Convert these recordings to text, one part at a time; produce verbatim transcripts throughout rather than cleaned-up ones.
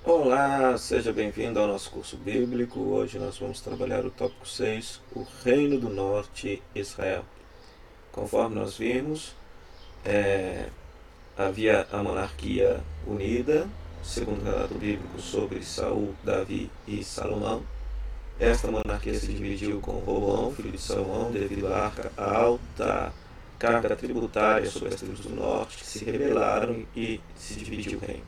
Olá, seja bem-vindo ao nosso curso bíblico. Hoje nós vamos trabalhar o tópico seis, o Reino do Norte, Israel. Conforme nós vimos, é, havia a monarquia unida, segundo o relato bíblico sobre Saul, Davi e Salomão. Esta monarquia se dividiu com Roboão, filho de Salomão, devido à alta carga tributária sobre as tribos do norte, que se rebelaram e se dividiu o reino.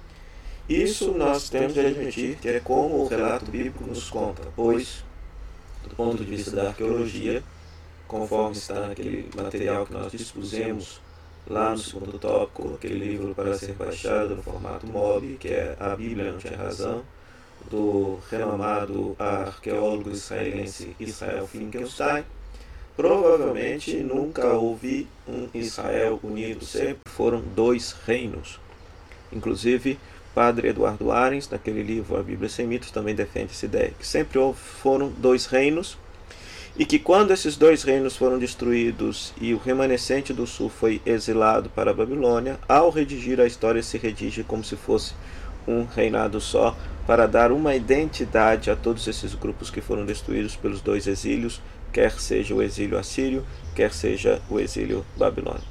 Isso nós temos de admitir que é como o relato bíblico nos conta, pois, do ponto de vista da arqueologia, conforme está naquele material que nós dispusemos lá no segundo tópico, aquele livro para ser baixado no formato M O B, que é A Bíblia Não Tinha Razão, do renomado arqueólogo israelense Israel Finkelstein, provavelmente nunca houve um Israel unido, sempre foram dois reinos. Inclusive, Padre Eduardo Arens, naquele livro A Bíblia Sem Mitos, também defende essa ideia, que sempre foram dois reinos, e que quando esses dois reinos foram destruídos e o remanescente do sul foi exilado para a Babilônia, ao redigir a história se redige como se fosse um reinado só, para dar uma identidade a todos esses grupos que foram destruídos pelos dois exílios, quer seja o exílio assírio, quer seja o exílio babilônico.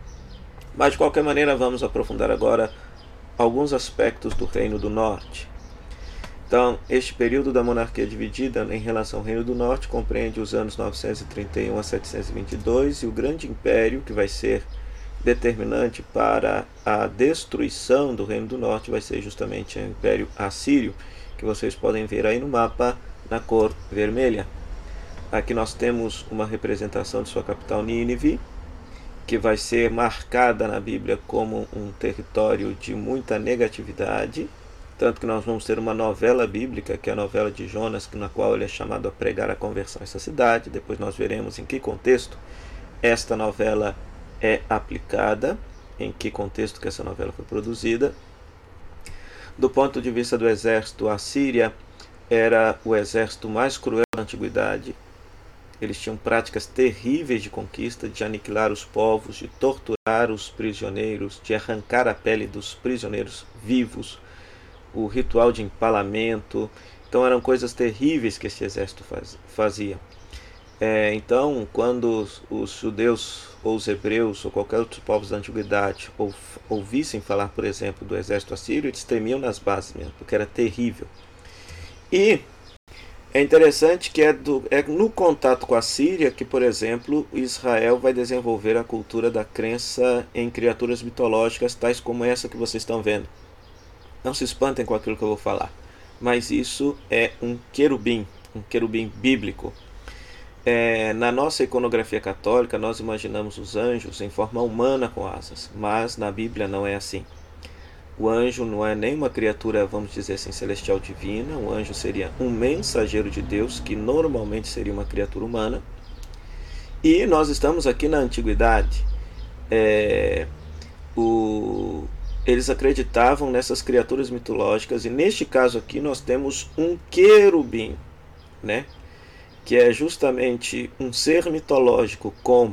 Mas de qualquer maneira vamos aprofundar agora alguns aspectos do Reino do Norte. Então, este período da monarquia dividida em relação ao Reino do Norte compreende os anos novecentos e trinta e um a setecentos e vinte e dois, e o grande império que vai ser determinante para a destruição do Reino do Norte vai ser justamente o Império Assírio, que vocês podem ver aí no mapa na cor vermelha. Aqui nós temos uma representação de sua capital Nínive, que vai ser marcada na Bíblia como um território de muita negatividade, tanto que nós vamos ter uma novela bíblica, que é a novela de Jonas, na qual ele é chamado a pregar a conversão a essa cidade. Depois nós veremos em que contexto esta novela é aplicada, em que contexto que essa novela foi produzida. Do ponto de vista do exército, a Síria era o exército mais cruel da antiguidade. Eles tinham práticas terríveis de conquista, de aniquilar os povos, de torturar os prisioneiros, de arrancar a pele dos prisioneiros vivos, o ritual de empalamento. Então eram coisas terríveis que esse exército faz, fazia. É, então, quando os, os judeus ou os hebreus ou qualquer outro povo da antiguidade ou, ouvissem falar, por exemplo, do exército assírio, eles tremiam nas bases mesmo, porque era terrível. E é interessante que é, do, é no contato com a Síria que, por exemplo, Israel vai desenvolver a cultura da crença em criaturas mitológicas, tais como essa que vocês estão vendo. Não se espantem com aquilo que eu vou falar, mas isso é um querubim, um querubim bíblico. É, na nossa iconografia católica, nós imaginamos os anjos em forma humana com asas, mas na Bíblia não é assim. O anjo não é nem uma criatura, vamos dizer assim, celestial divina. O anjo seria um mensageiro de Deus, que normalmente seria uma criatura humana. E nós estamos aqui na antiguidade. É, o, eles acreditavam nessas criaturas mitológicas, e neste caso aqui nós temos um querubim, né? Que é justamente um ser mitológico com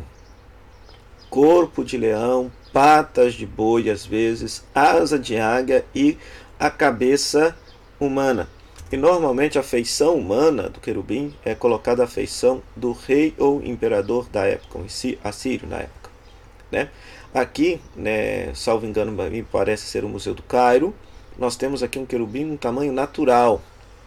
corpo de leão, patas de boi às vezes, asa de águia e a cabeça humana. E normalmente a feição humana do querubim é colocada a feição do rei ou imperador da época, o assírio na época, né? Aqui, né, salvo engano, me parece ser o Museu do Cairo, nós temos aqui um querubim em um tamanho natural,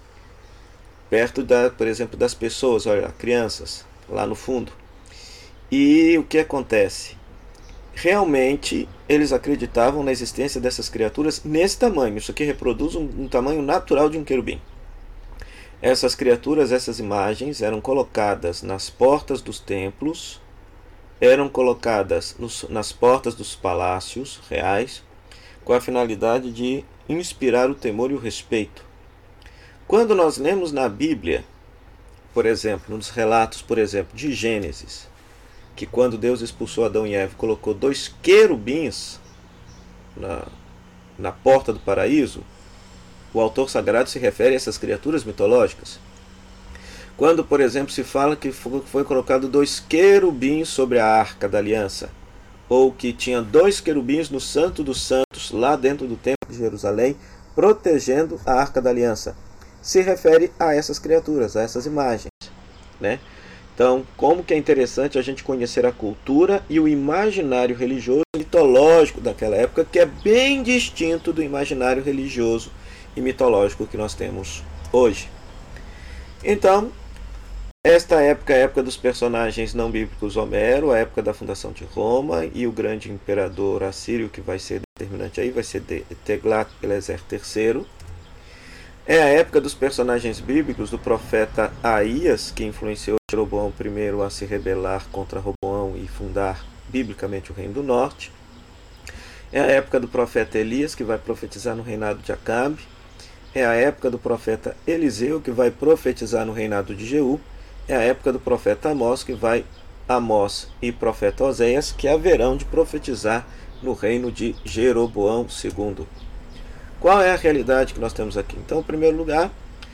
perto, da, por exemplo, das pessoas, olha, crianças, lá no fundo. E o que acontece? Realmente, eles acreditavam na existência dessas criaturas nesse tamanho. Isso aqui reproduz um, um tamanho natural de um querubim. Essas criaturas, essas imagens, eram colocadas nas portas dos templos, eram colocadas nos, nas portas dos palácios reais, com a finalidade de inspirar o temor e o respeito. Quando nós lemos na Bíblia, por exemplo, nos relatos, por exemplo, de Gênesis, que quando Deus expulsou Adão e Eva, colocou dois querubins na, na porta do paraíso, o autor sagrado se refere a essas criaturas mitológicas. Quando, por exemplo, se fala que foi colocado dois querubins sobre a Arca da Aliança, ou que tinha dois querubins no Santo dos Santos, lá dentro do Templo de Jerusalém, protegendo a Arca da Aliança. Se refere a essas criaturas, a essas imagens, né? Então, como que é interessante a gente conhecer a cultura e o imaginário religioso mitológico daquela época, que é bem distinto do imaginário religioso e mitológico que nós temos hoje. Então, esta época é a época dos personagens não bíblicos Homero, a época da fundação de Roma, e o grande imperador assírio que vai ser determinante aí vai ser Teglat-Pileser terceiro. É a época dos personagens bíblicos do profeta Aías, que influenciou Jeroboão I a se rebelar contra Roboão e fundar biblicamente o Reino do Norte. É a época do profeta Elias, que vai profetizar no reinado de Acabe. É a época do profeta Eliseu, que vai profetizar no reinado de Jeú. É a época do profeta Amós, que vai Amós e profeta Oséias, que haverão de profetizar no reino de Jeroboão segundo. Qual é a realidade que nós temos aqui? Então, em primeiro lugar,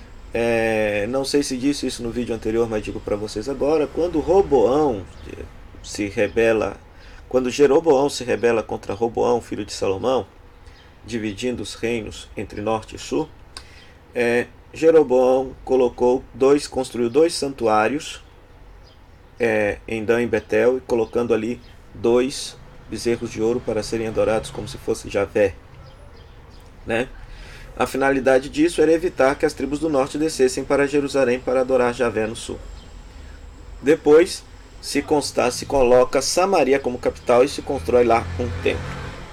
é, não sei se disse isso no vídeo anterior, mas digo para vocês agora, quando Roboão se rebela, quando Jeroboão se rebela contra Roboão, filho de Salomão, dividindo os reinos entre norte e sul, é, Jeroboão colocou dois, construiu dois santuários é, em Dan e Betel, e colocando ali dois bezerros de ouro para serem adorados como se fosse Javé. Né? A finalidade disso era evitar que as tribos do norte descessem para Jerusalém para adorar Javé no sul. Depois se, consta, se coloca Samaria como capital e se constrói lá um templo.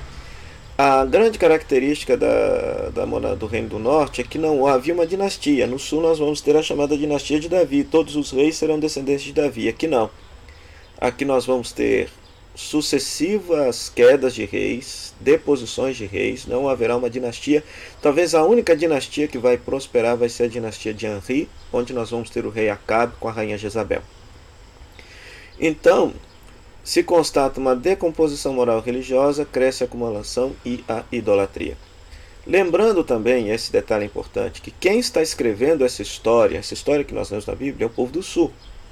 A grande característica da, da, do Reino do Norte é que não havia uma dinastia. No sul nós vamos ter a chamada dinastia de Davi. Todos os reis serão descendentes de Davi. Aqui não. Aqui nós vamos ter sucessivas quedas de reis, deposições de reis, não haverá uma dinastia. Talvez a única dinastia que vai prosperar vai ser a dinastia de Henri, onde nós vamos ter o rei Acabe com a rainha Jezabel. Então, se constata uma decomposição moral religiosa, cresce a acumulação e a idolatria. Lembrando também, esse detalhe importante, que quem está escrevendo essa história, essa história que nós lemos na Bíblia, é o povo do sul.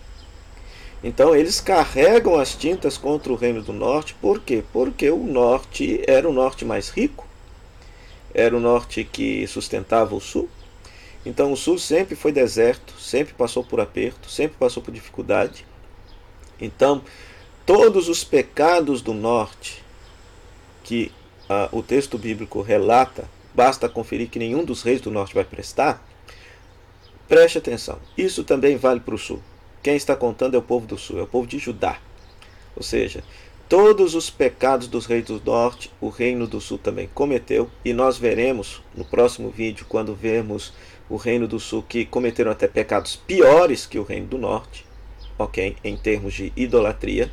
Então eles carregam as tintas contra o Reino do Norte. Por quê? Porque o norte era o norte mais rico, era o norte que sustentava o sul. Então o sul sempre foi deserto, sempre passou por aperto, sempre passou por dificuldade. Então todos os pecados do norte que ah, o texto bíblico relata, basta conferir que nenhum dos reis do norte vai prestar. Preste atenção, isso também vale para o sul. Quem está contando é o povo do sul, é o povo de Judá. Ou seja, todos os pecados dos reis do norte, o reino do sul também cometeu. E nós veremos no próximo vídeo, quando vermos o reino do sul, que cometeram até pecados piores que o reino do norte, ok? Em termos de idolatria.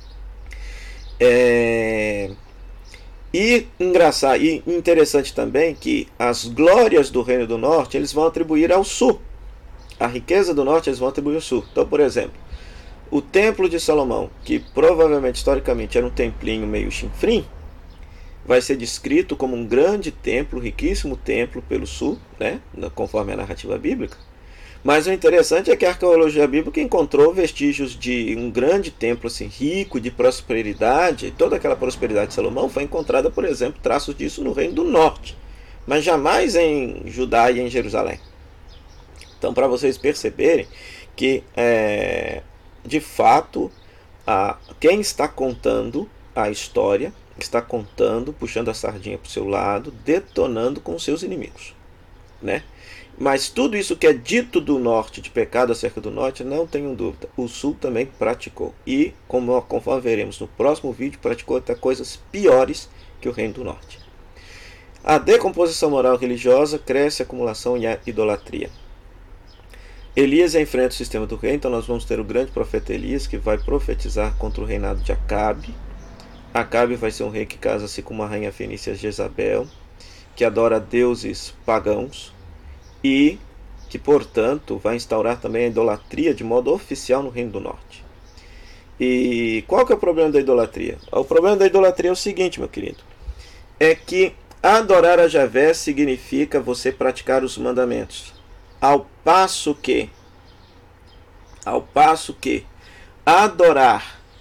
É... E engraçado e interessante também que as glórias do reino do norte eles vão atribuir ao sul. A riqueza do norte eles vão atribuir ao sul. Então, por exemplo, o templo de Salomão, que provavelmente, historicamente, era um templinho meio chinfrim, vai ser descrito como um grande templo, riquíssimo templo pelo sul, né? Conforme a narrativa bíblica. Mas o interessante é que a arqueologia bíblica encontrou vestígios de um grande templo assim, rico, de prosperidade. Toda aquela prosperidade de Salomão foi encontrada, por exemplo, traços disso no Reino do Norte, mas jamais em Judá e em Jerusalém. Então, para vocês perceberem que, é, de fato, a, quem está contando a história, está contando, puxando a sardinha para o seu lado, detonando com seus inimigos, né? Mas tudo isso que é dito do norte, de pecado acerca do norte, não tenham dúvida, o sul também praticou. E, como, conforme veremos no próximo vídeo, praticou até coisas piores que o reino do norte. A decomposição moral religiosa cresce a acumulação e a idolatria. Elias enfrenta o sistema do rei, então nós vamos ter o grande profeta Elias, que vai profetizar contra o reinado de Acabe. Acabe vai ser um rei que casa-se com uma rainha fenícia Jezabel, que adora deuses pagãos, e que, portanto, vai instaurar também a idolatria de modo oficial no Reino do Norte. E qual que é o problema da idolatria? O problema da idolatria é o seguinte, meu querido, é que adorar a Javé significa você praticar os mandamentos, ao passo que, ao passo que adorar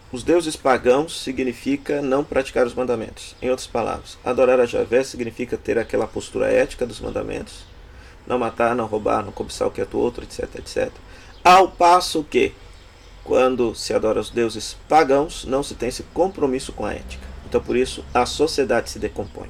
os deuses pagãos significa não praticar os mandamentos. Em outras palavras, adorar a Javé significa ter aquela postura ética dos mandamentos, não matar, não roubar, não cobiçar o que é do outro, etc, etcétera. Ao passo que, quando se adora os deuses pagãos, não se tem esse compromisso com a ética. Então, por isso, a sociedade se decompõe.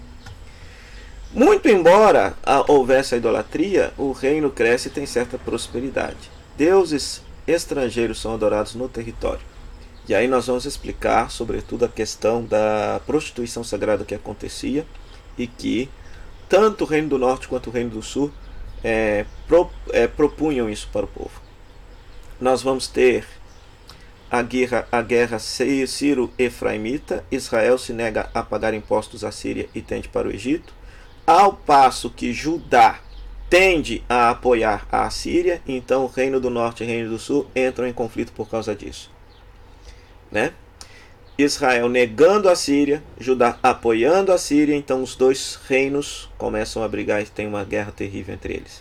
Muito embora houvesse a idolatria, o reino cresce e tem certa prosperidade. Deuses estrangeiros são adorados no território. E aí nós vamos explicar, sobretudo, a questão da prostituição sagrada que acontecia e que tanto o Reino do Norte quanto o Reino do Sul é, pro, é, propunham isso para o povo. Nós vamos ter a guerra, a guerra Ciro-Efraimita. Israel se nega a pagar impostos à Síria e tende para o Egito, ao passo que Judá tende a apoiar a Síria. Então o Reino do Norte e o Reino do Sul entram em conflito por causa disso. Né? Israel negando a Síria, Judá apoiando a Síria, então os dois reinos começam a brigar e tem uma guerra terrível entre eles.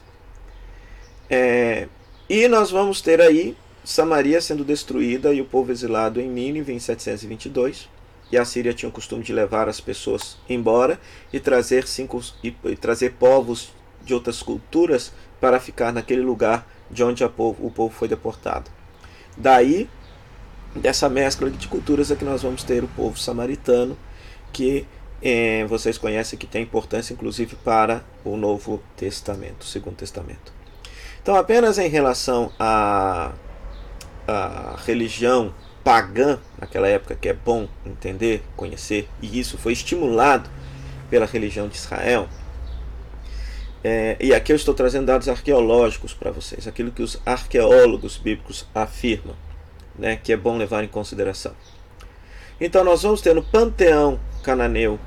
É, e nós vamos ter aí Samaria sendo destruída e o povo exilado em Nínive em setecentos e vinte e dois. E a Síria tinha o costume de levar as pessoas embora e trazer, cinco, e, e trazer povos de outras culturas para ficar naquele lugar de onde a povo, o povo foi deportado. Daí, dessa mescla de culturas é que nós vamos ter o povo samaritano, que eh, vocês conhecem, que tem importância inclusive para o Novo Testamento, o Segundo Testamento. Então, apenas em relação à, à religião pagã naquela época, que é bom entender, conhecer, e isso foi estimulado pela religião de Israel. É, e aqui eu estou trazendo dados arqueológicos para vocês, aquilo que os arqueólogos bíblicos afirmam, né, que é bom levar em consideração. Então nós vamos ter no panteão cananeu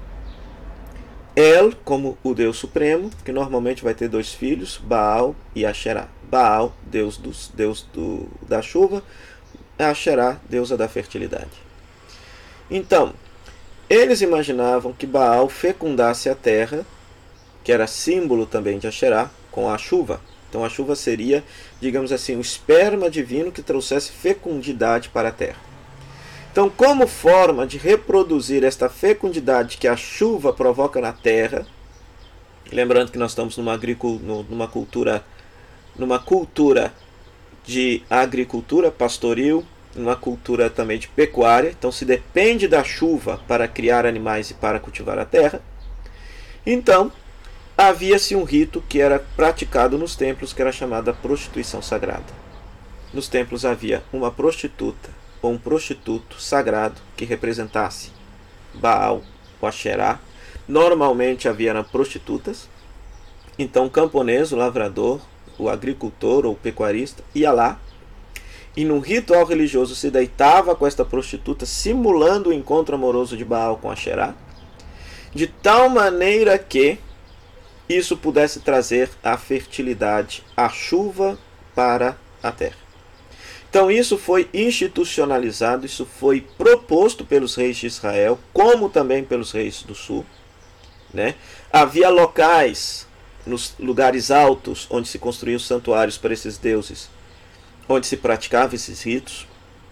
El como o Deus Supremo, que normalmente vai ter dois filhos, Baal e Asherá. Baal, Deus, dos, Deus do, da chuva, Asherá, deusa da fertilidade. Então, eles imaginavam que Baal fecundasse a terra, que era símbolo também de Asherá, com a chuva. Então a chuva seria, digamos assim, o esperma divino que trouxesse fecundidade para a terra. Então, como forma de reproduzir esta fecundidade que a chuva provoca na terra, lembrando que nós estamos numa, numa cultura, numa cultura de agricultura pastoril, numa cultura também de pecuária, então se depende da chuva para criar animais e para cultivar a terra. Então, havia-se um rito que era praticado nos templos, que era chamada prostituição sagrada. Nos templos havia uma prostituta ou um prostituto sagrado que representasse Baal ou Asherá. Normalmente havia prostitutas. Então o camponês, o lavrador, o agricultor ou o pecuarista ia lá e num ritual religioso se deitava com esta prostituta, simulando o encontro amoroso de Baal com Asherá, de tal maneira que isso pudesse trazer a fertilidade, a chuva para a terra. Então isso foi institucionalizado, isso foi proposto pelos reis de Israel, como também pelos reis do sul. Né? Havia locais, nos lugares altos, onde se construíam santuários para esses deuses, onde se praticavam esses ritos.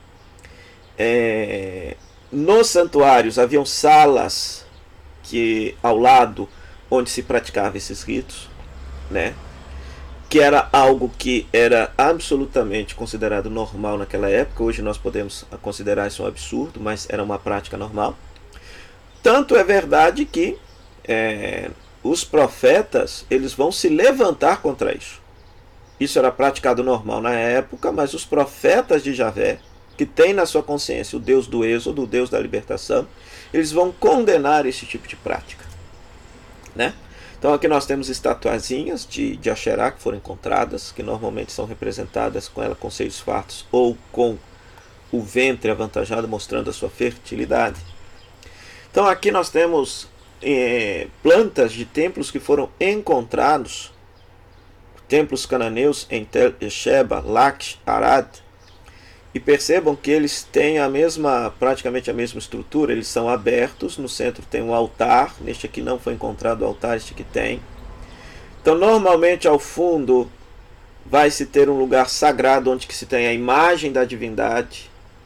É... Nos santuários haviam salas que, ao lado, onde se praticava esses ritos, né? Que era algo que era absolutamente considerado normal naquela época. Hoje nós podemos considerar isso um absurdo, mas era uma prática normal. Tanto é verdade que é, os profetas eles vão se levantar contra isso. Isso era praticado normal na época, mas os profetas de Javé, que têm na sua consciência o Deus do êxodo, o Deus da libertação, eles vão condenar esse tipo de prática. Né? Então aqui nós temos estatuazinhas de, de Asherá que foram encontradas, que normalmente são representadas com ela com seios fartos ou com o ventre avantajado, mostrando a sua fertilidade. Então aqui nós temos é, plantas de templos que foram encontrados, templos cananeus em Tel Sheba, Laquish, Arad. E percebam que eles têm a mesma, praticamente a mesma estrutura, eles são abertos, no centro tem um altar, neste aqui não foi encontrado o altar, este aqui tem. Então normalmente ao fundo vai se ter um lugar sagrado onde que se tem a imagem da divindade,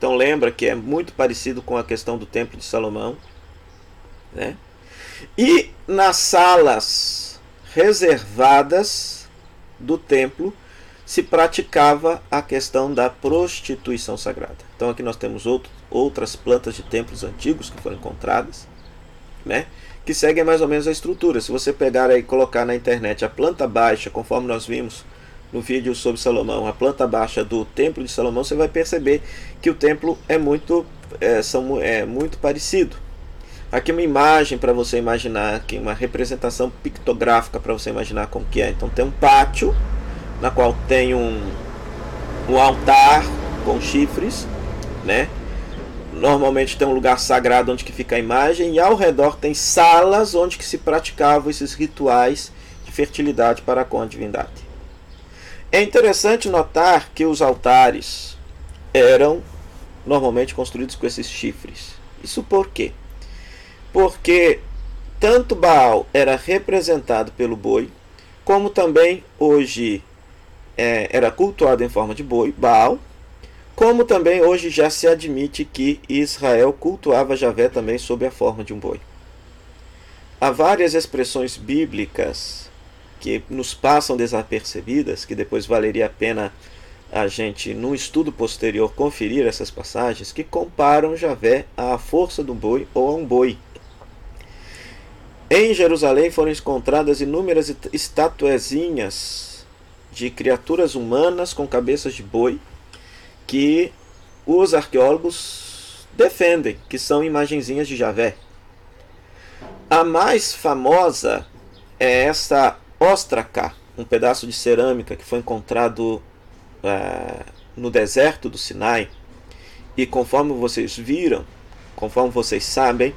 Então lembra que é muito parecido com a questão do Templo de Salomão, né? E nas salas reservadas do templo se praticava a questão da prostituição sagrada. Então aqui nós temos outro, outras plantas de templos antigos que foram encontradas, né? Que seguem mais ou menos a estrutura. Se você pegar aí e colocar na internet a planta baixa, conforme nós vimos no vídeo sobre Salomão, a planta baixa do Templo de Salomão, você vai perceber que o templo é muito, é, são, é muito parecido. Aqui uma imagem para você imaginar, aqui uma representação pictográfica para você imaginar como que é. Então tem um pátio, na qual tem um, um altar com chifres, né? Normalmente tem um lugar sagrado onde que fica a imagem, e ao redor tem salas onde que se praticavam esses rituais de fertilidade para com a divindade. É interessante notar que os altares eram normalmente construídos com esses chifres. Isso por quê? Porque tanto Baal era representado pelo boi, como também hoje é, era cultuado em forma de boi, Baal, como também hoje já se admite que Israel cultuava Javé também sob a forma de um boi. Há várias expressões bíblicas que nos passam desapercebidas, que depois valeria a pena a gente, num estudo posterior, conferir essas passagens, que comparam Javé à força do boi ou a um boi. Em Jerusalém foram encontradas inúmeras estatuezinhas de criaturas humanas com cabeças de boi, que os arqueólogos defendem que são imagenzinhas de Javé. A mais famosa é essa óstraca, um pedaço de cerâmica que foi encontrado uh, no deserto do Sinai. E conforme vocês viram, conforme vocês sabem,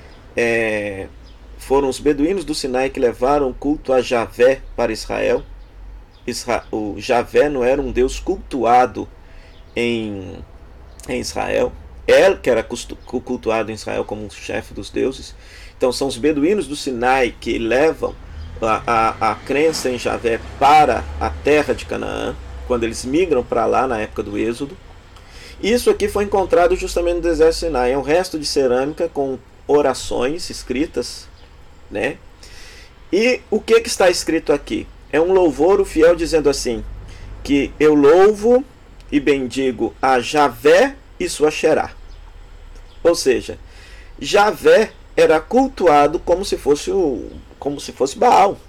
é, foram os beduínos do Sinai que levaram o culto a Javé para Israel. Isra o Javé não era um deus cultuado em, em Israel. El, que era cultuado em Israel como o chefe dos deuses. Então são os beduínos do Sinai que levam a, a, a crença em Javé para a terra de Canaã, quando eles migram para lá na época do Êxodo. Isso aqui foi encontrado justamente no deserto do Sinai. É um resto de cerâmica com orações escritas, né? E o que, que está escrito aqui? É um louvor, o fiel dizendo assim, que eu louvo e bendigo a Javé e sua Xerá. Ou seja, Javé era cultuado como se fosse o, como se fosse Baal.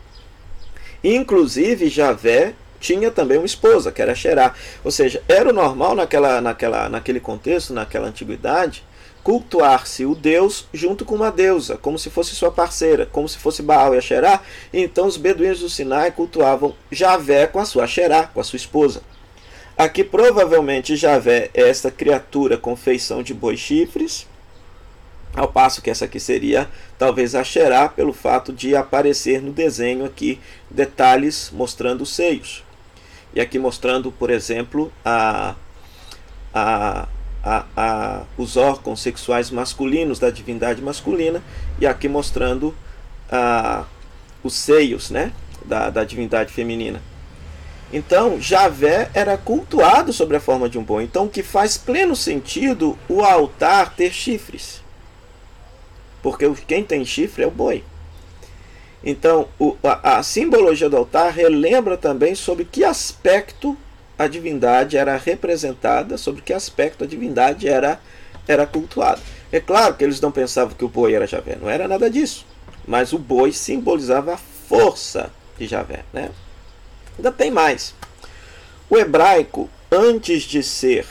Inclusive Javé tinha também uma esposa, que era Xerá. Ou seja, era o normal naquela, naquela, naquele contexto, naquela antiguidade, cultuar-se o Deus junto com uma deusa, como se fosse sua parceira, como se fosse Baal e a Xerá. Então os beduínos do Sinai cultuavam Javé com a sua Xerá, com a sua esposa. Aqui provavelmente Javé é esta criatura com feição de boi chifres, ao passo que essa aqui seria talvez a Xerá, pelo fato de aparecer no desenho aqui detalhes mostrando os seios. E aqui mostrando, por exemplo, a, a, a, a, os órgãos sexuais masculinos da divindade masculina, e aqui mostrando a, os seios, né, da, da divindade feminina. Então, Javé era cultuado sob a forma de um boi. Então, o que faz pleno sentido o altar ter chifres. Porque quem tem chifre é o boi. Então, o, a, a simbologia do altar relembra também sobre que aspecto a divindade era representada, sobre que aspecto a divindade era, era cultuada. É claro que eles não pensavam que o boi era Javé, não era nada disso. Mas o boi simbolizava a força de Javé, né? Ainda tem mais. O hebraico, antes de ser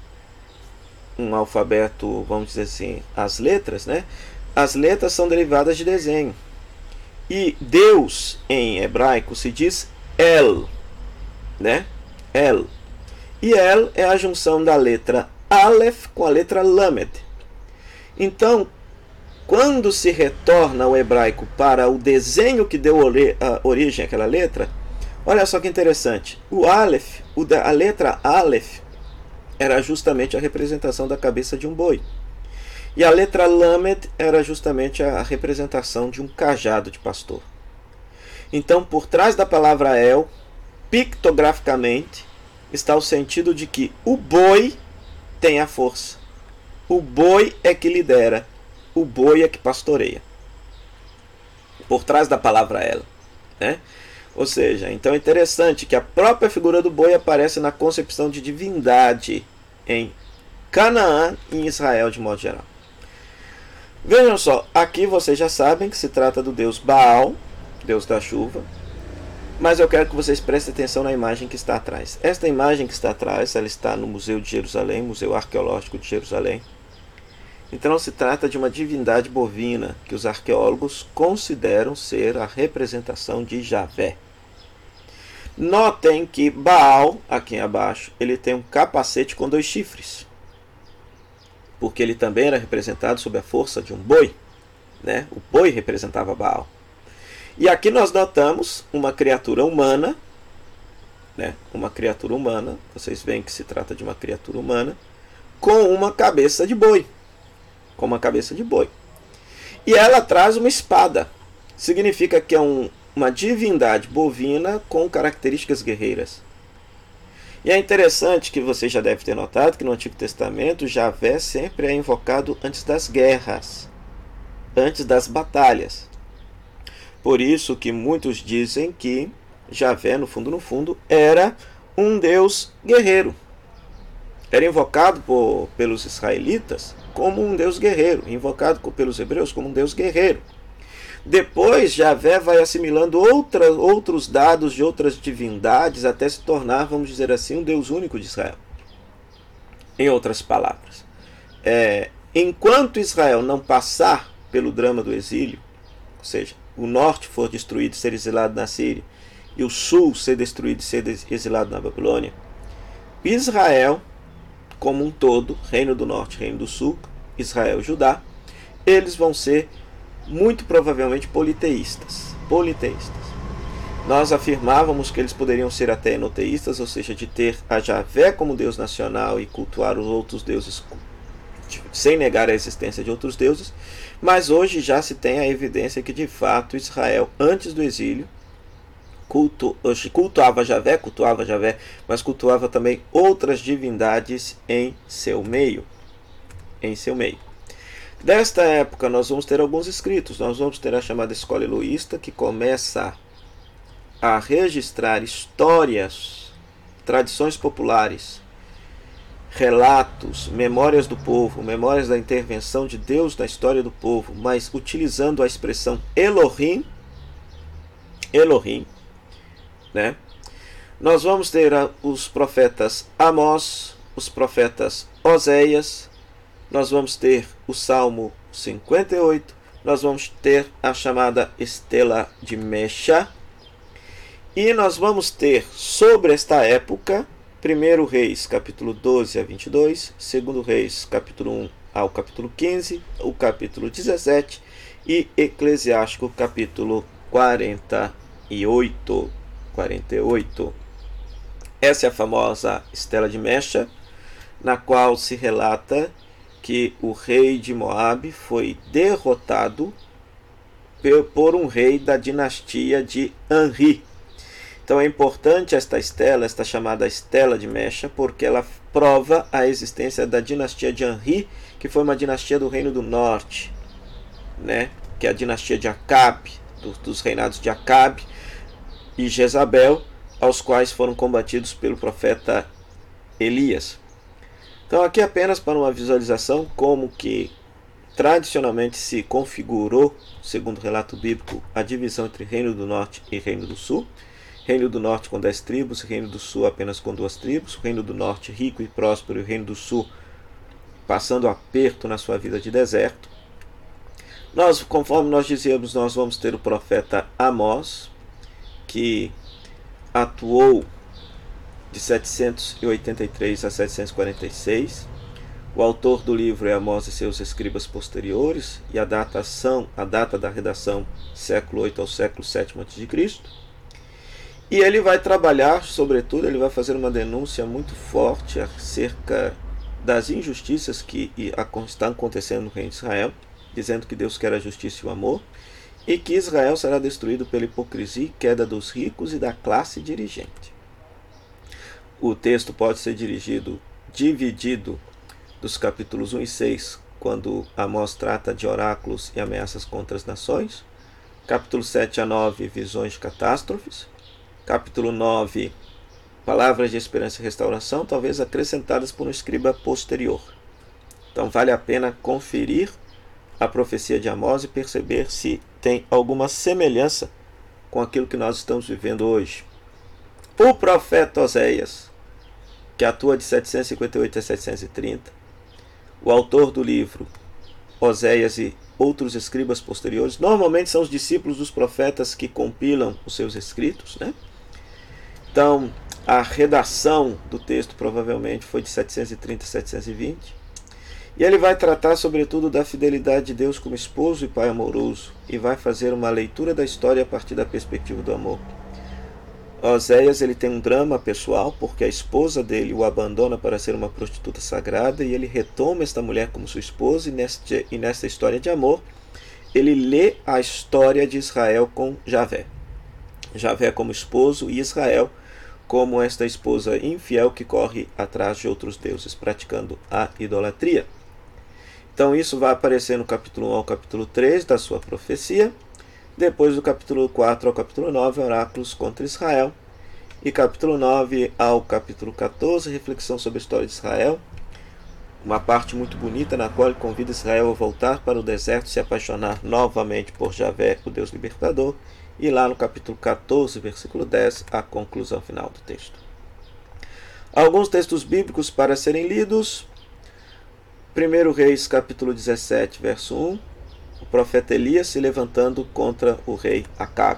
um alfabeto, vamos dizer assim, as letras, né? As letras são derivadas de desenho. E Deus, em hebraico, se diz El, né? El. E El é a junção da letra Aleph com a letra Lamed. Então, quando se retorna o hebraico para o desenho que deu origem àquela letra, olha só que interessante. O Aleph, a letra Aleph, era justamente a representação da cabeça de um boi. E a letra Lamed era justamente a representação de um cajado de pastor. Então, por trás da palavra El, pictograficamente, está o sentido de que o boi tem a força. O boi é que lidera, o boi é que pastoreia. Por trás da palavra ela, né? Ou seja, então é interessante que a própria figura do boi aparece na concepção de divindade em Canaã e em Israel de modo geral. Vejam só, aqui vocês já sabem que se trata do deus Baal, deus da chuva, mas eu quero que vocês prestem atenção na imagem que está atrás. Esta imagem que está atrás, ela está no Museu de Jerusalém, Museu Arqueológico de Jerusalém. Então se trata de uma divindade bovina que os arqueólogos consideram ser a representação de Javé. Notem que Baal, aqui abaixo, ele tem um capacete com dois chifres, porque ele também era representado sob a força de um boi, né? O boi representava Baal. E aqui nós notamos uma criatura humana, né? Uma criatura humana, vocês veem que se trata de uma criatura humana, com uma cabeça de boi, com uma cabeça de boi. E ela traz uma espada, significa que é um, uma divindade bovina com características guerreiras. E é interessante que você já deve ter notado que no Antigo Testamento Javé sempre é invocado antes das guerras, antes das batalhas. Por isso que muitos dizem que Javé, no fundo, no fundo, era um deus guerreiro. Era invocado por, pelos israelitas como um deus guerreiro, invocado pelos hebreus como um deus guerreiro. Depois, Javé vai assimilando outra, outros dados de outras divindades até se tornar, vamos dizer assim, um Deus único de Israel. Em outras palavras, é, enquanto Israel não passar pelo drama do exílio, ou seja, o norte for destruído e ser exilado na Síria, e o sul ser destruído e ser exilado na Babilônia, Israel, como um todo, Reino do Norte, Reino do Sul, Israel e Judá, eles vão ser muito provavelmente politeístas. politeístas. Nós afirmávamos que eles poderiam ser até enoteístas, ou seja, de ter a Javé como Deus nacional e cultuar os outros deuses sem negar a existência de outros deuses, mas hoje já se tem a evidência que de fato Israel, antes do exílio, cultu, cultuava Javé, cultuava Javé, mas cultuava também outras divindades em seu meio. Em seu meio. Desta época nós vamos ter alguns escritos, nós vamos ter a chamada Escola Eloísta, que começa a registrar histórias, tradições populares, relatos, memórias do povo, memórias da intervenção de Deus na história do povo, mas utilizando a expressão Elohim, Elohim, né? Nós vamos ter os profetas Amós, os profetas Oséias, nós vamos ter o Salmo cinquenta e oito, nós vamos ter a chamada Estela de Mecha, e nós vamos ter sobre esta época, primeiro Reis, capítulo doze a vinte e dois, segundo Reis, capítulo um ao capítulo quinze, o capítulo dezessete, e Eclesiástico, capítulo quarenta e oito. quarenta e oito. Essa é a famosa Estela de Mecha, na qual se relata que o rei de Moabe foi derrotado por um rei da dinastia de Anri. Então é importante esta estela, esta chamada Estela de Mecha, porque ela prova a existência da dinastia de Anri, que foi uma dinastia do Reino do Norte, né? Que é a dinastia de Acabe, do, dos reinados de Acabe e Jezabel, aos quais foram combatidos pelo profeta Elias. Então aqui apenas para uma visualização como que tradicionalmente se configurou, segundo o relato bíblico, a divisão entre Reino do Norte e Reino do Sul. Reino do Norte com dez tribos, Reino do Sul apenas com duas tribos, Reino do Norte rico e próspero e o Reino do Sul passando aperto na sua vida de deserto. Nós, conforme nós dizíamos, nós vamos ter o profeta Amós, que atuou de setecentos e oitenta e três a setecentos e quarenta e seis. O autor do livro é Amós e seus escribas posteriores, e a datação, a data da redação, século oito ao século sétimo antes de Cristo. E ele vai trabalhar, sobretudo, ele vai fazer uma denúncia muito forte acerca das injustiças que estão acontecendo no reino de Israel, dizendo que Deus quer a justiça e o amor, e que Israel será destruído pela hipocrisia e queda dos ricos e da classe dirigente. O texto pode ser dirigido, dividido dos capítulos um e seis, quando Amós trata de oráculos e ameaças contra as nações. Capítulo sete a nove, visões de catástrofes. Capítulo nove, palavras de esperança e restauração, talvez acrescentadas por um escriba posterior. Então vale a pena conferir a profecia de Amós e perceber se tem alguma semelhança com aquilo que nós estamos vivendo hoje. O profeta Oséias, que atua de setecentos e cinquenta e oito a setecentos e trinta, o autor do livro Oséias e outros escribas posteriores, normalmente são os discípulos dos profetas que compilam os seus escritos, né? Então, a redação do texto provavelmente foi de setecentos e trinta a setecentos e vinte. E ele vai tratar sobretudo da fidelidade de Deus como esposo e pai amoroso, e vai fazer uma leitura da história a partir da perspectiva do amor. Oséias ele tem um drama pessoal, porque a esposa dele o abandona para ser uma prostituta sagrada, e ele retoma esta mulher como sua esposa, e, neste, e nesta história de amor, ele lê a história de Israel com Javé. Javé como esposo e Israel como esta esposa infiel que corre atrás de outros deuses, praticando a idolatria. Então isso vai aparecer no capítulo um ao capítulo três da sua profecia. Depois do capítulo quatro ao capítulo nove, oráculos contra Israel. E capítulo nove ao capítulo quatorze, reflexão sobre a história de Israel. Uma parte muito bonita na qual ele convida Israel a voltar para o deserto, se apaixonar novamente por Javé, o Deus libertador. E lá no capítulo quatorze, versículo dez, a conclusão final do texto. Alguns textos bíblicos para serem lidos. primeiro Reis, capítulo dezessete, verso um. O profeta Elias se levantando contra o rei Acabe.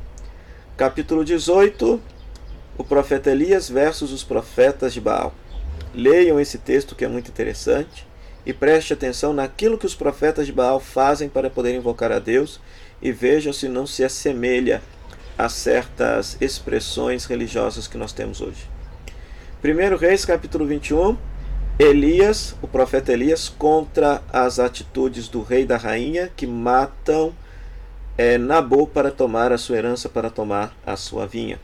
Capítulo dezoito, o profeta Elias versus os profetas de Baal. Leiam esse texto que é muito interessante e preste atenção naquilo que os profetas de Baal fazem para poder invocar a Deus e vejam se não se assemelha a certas expressões religiosas que nós temos hoje. primeiro Reis, capítulo vinte e um. Elias, o profeta Elias, contra as atitudes do rei e da rainha que matam é, Nabô para tomar a sua herança, para tomar a sua vinha.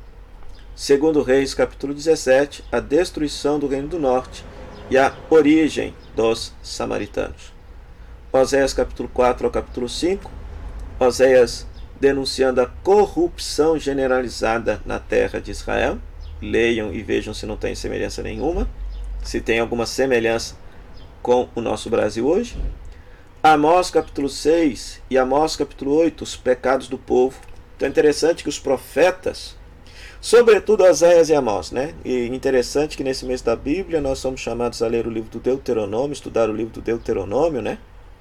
segundo Reis, capítulo dezessete, a destruição do reino do norte e a origem dos samaritanos. Oséias, capítulo quatro ao capítulo cinco, Oséias denunciando a corrupção generalizada na terra de Israel. Leiam e vejam se não tem semelhança nenhuma, se tem alguma semelhança com o nosso Brasil hoje. Amós capítulo seis e Amós capítulo oito, os pecados do povo. Então é interessante que os profetas, sobretudo Oséias e Amós, né? E interessante que nesse mês da Bíblia nós somos chamados a ler o livro do Deuteronômio, estudar o livro do Deuteronômio, né?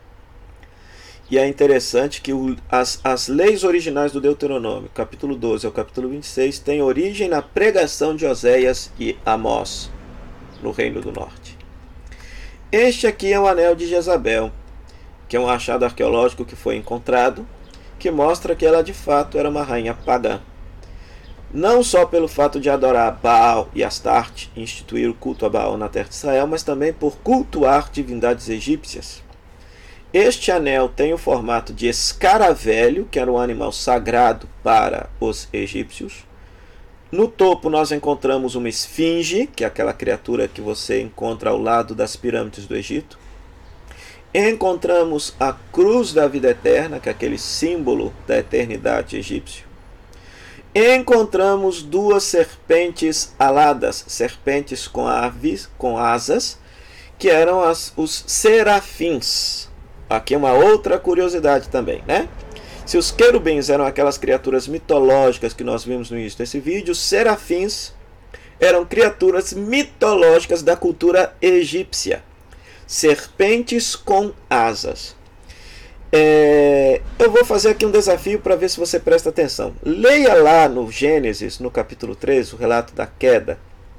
E é interessante que o, as, as leis originais do Deuteronômio, capítulo doze ao capítulo vinte e seis, têm origem na pregação de Oséias e Amós, no Reino do Norte. Este aqui é o anel de Jezabel, que é um achado arqueológico que foi encontrado, que mostra que ela de fato era uma rainha pagã. Não só pelo fato de adorar Baal e Astarte, instituir o culto a Baal na terra de Israel, mas também por cultuar divindades egípcias. Este anel tem o formato de escaravelho, que era um animal sagrado para os egípcios. No topo nós encontramos uma esfinge, que é aquela criatura que você encontra ao lado das pirâmides do Egito. Encontramos a cruz da vida eterna, que é aquele símbolo da eternidade egípcio. Encontramos duas serpentes aladas, serpentes com aves, com asas, que eram as, os serafins. Aqui é uma outra curiosidade também, né? Se os querubins eram aquelas criaturas mitológicas que nós vimos no início desse vídeo, os serafins eram criaturas mitológicas da cultura egípcia. Serpentes com asas. É, eu vou fazer aqui um desafio para ver se você presta atenção. Leia lá no Gênesis, no capítulo três, o relato da queda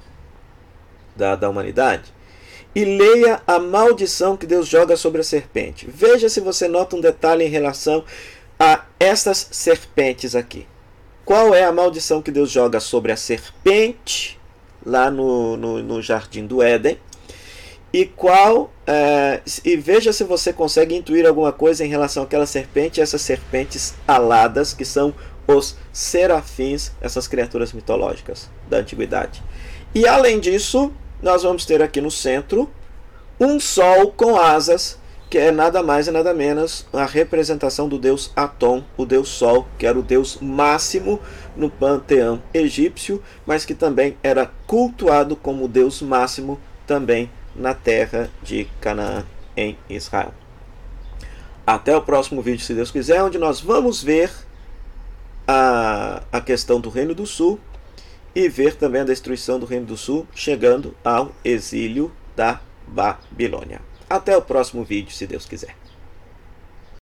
da, da humanidade. E leia a maldição que Deus joga sobre a serpente. Veja se você nota um detalhe em relação a essas serpentes aqui. Qual é a maldição que Deus joga sobre a serpente lá no, no, no jardim do Éden? E qual é, e veja se você consegue intuir alguma coisa em relação àquela serpente e essas serpentes aladas, que são os serafins, essas criaturas mitológicas da antiguidade. E além disso, nós vamos ter aqui no centro um sol com asas, que é nada mais e nada menos a representação do deus Atom, o deus Sol, que era o deus máximo no panteão egípcio, mas que também era cultuado como o deus máximo também na terra de Canaã, em Israel. Até o próximo vídeo, se Deus quiser, onde nós vamos ver a, a questão do Reino do Sul e ver também a destruição do Reino do Sul, chegando ao exílio da Babilônia. Até o próximo vídeo, se Deus quiser.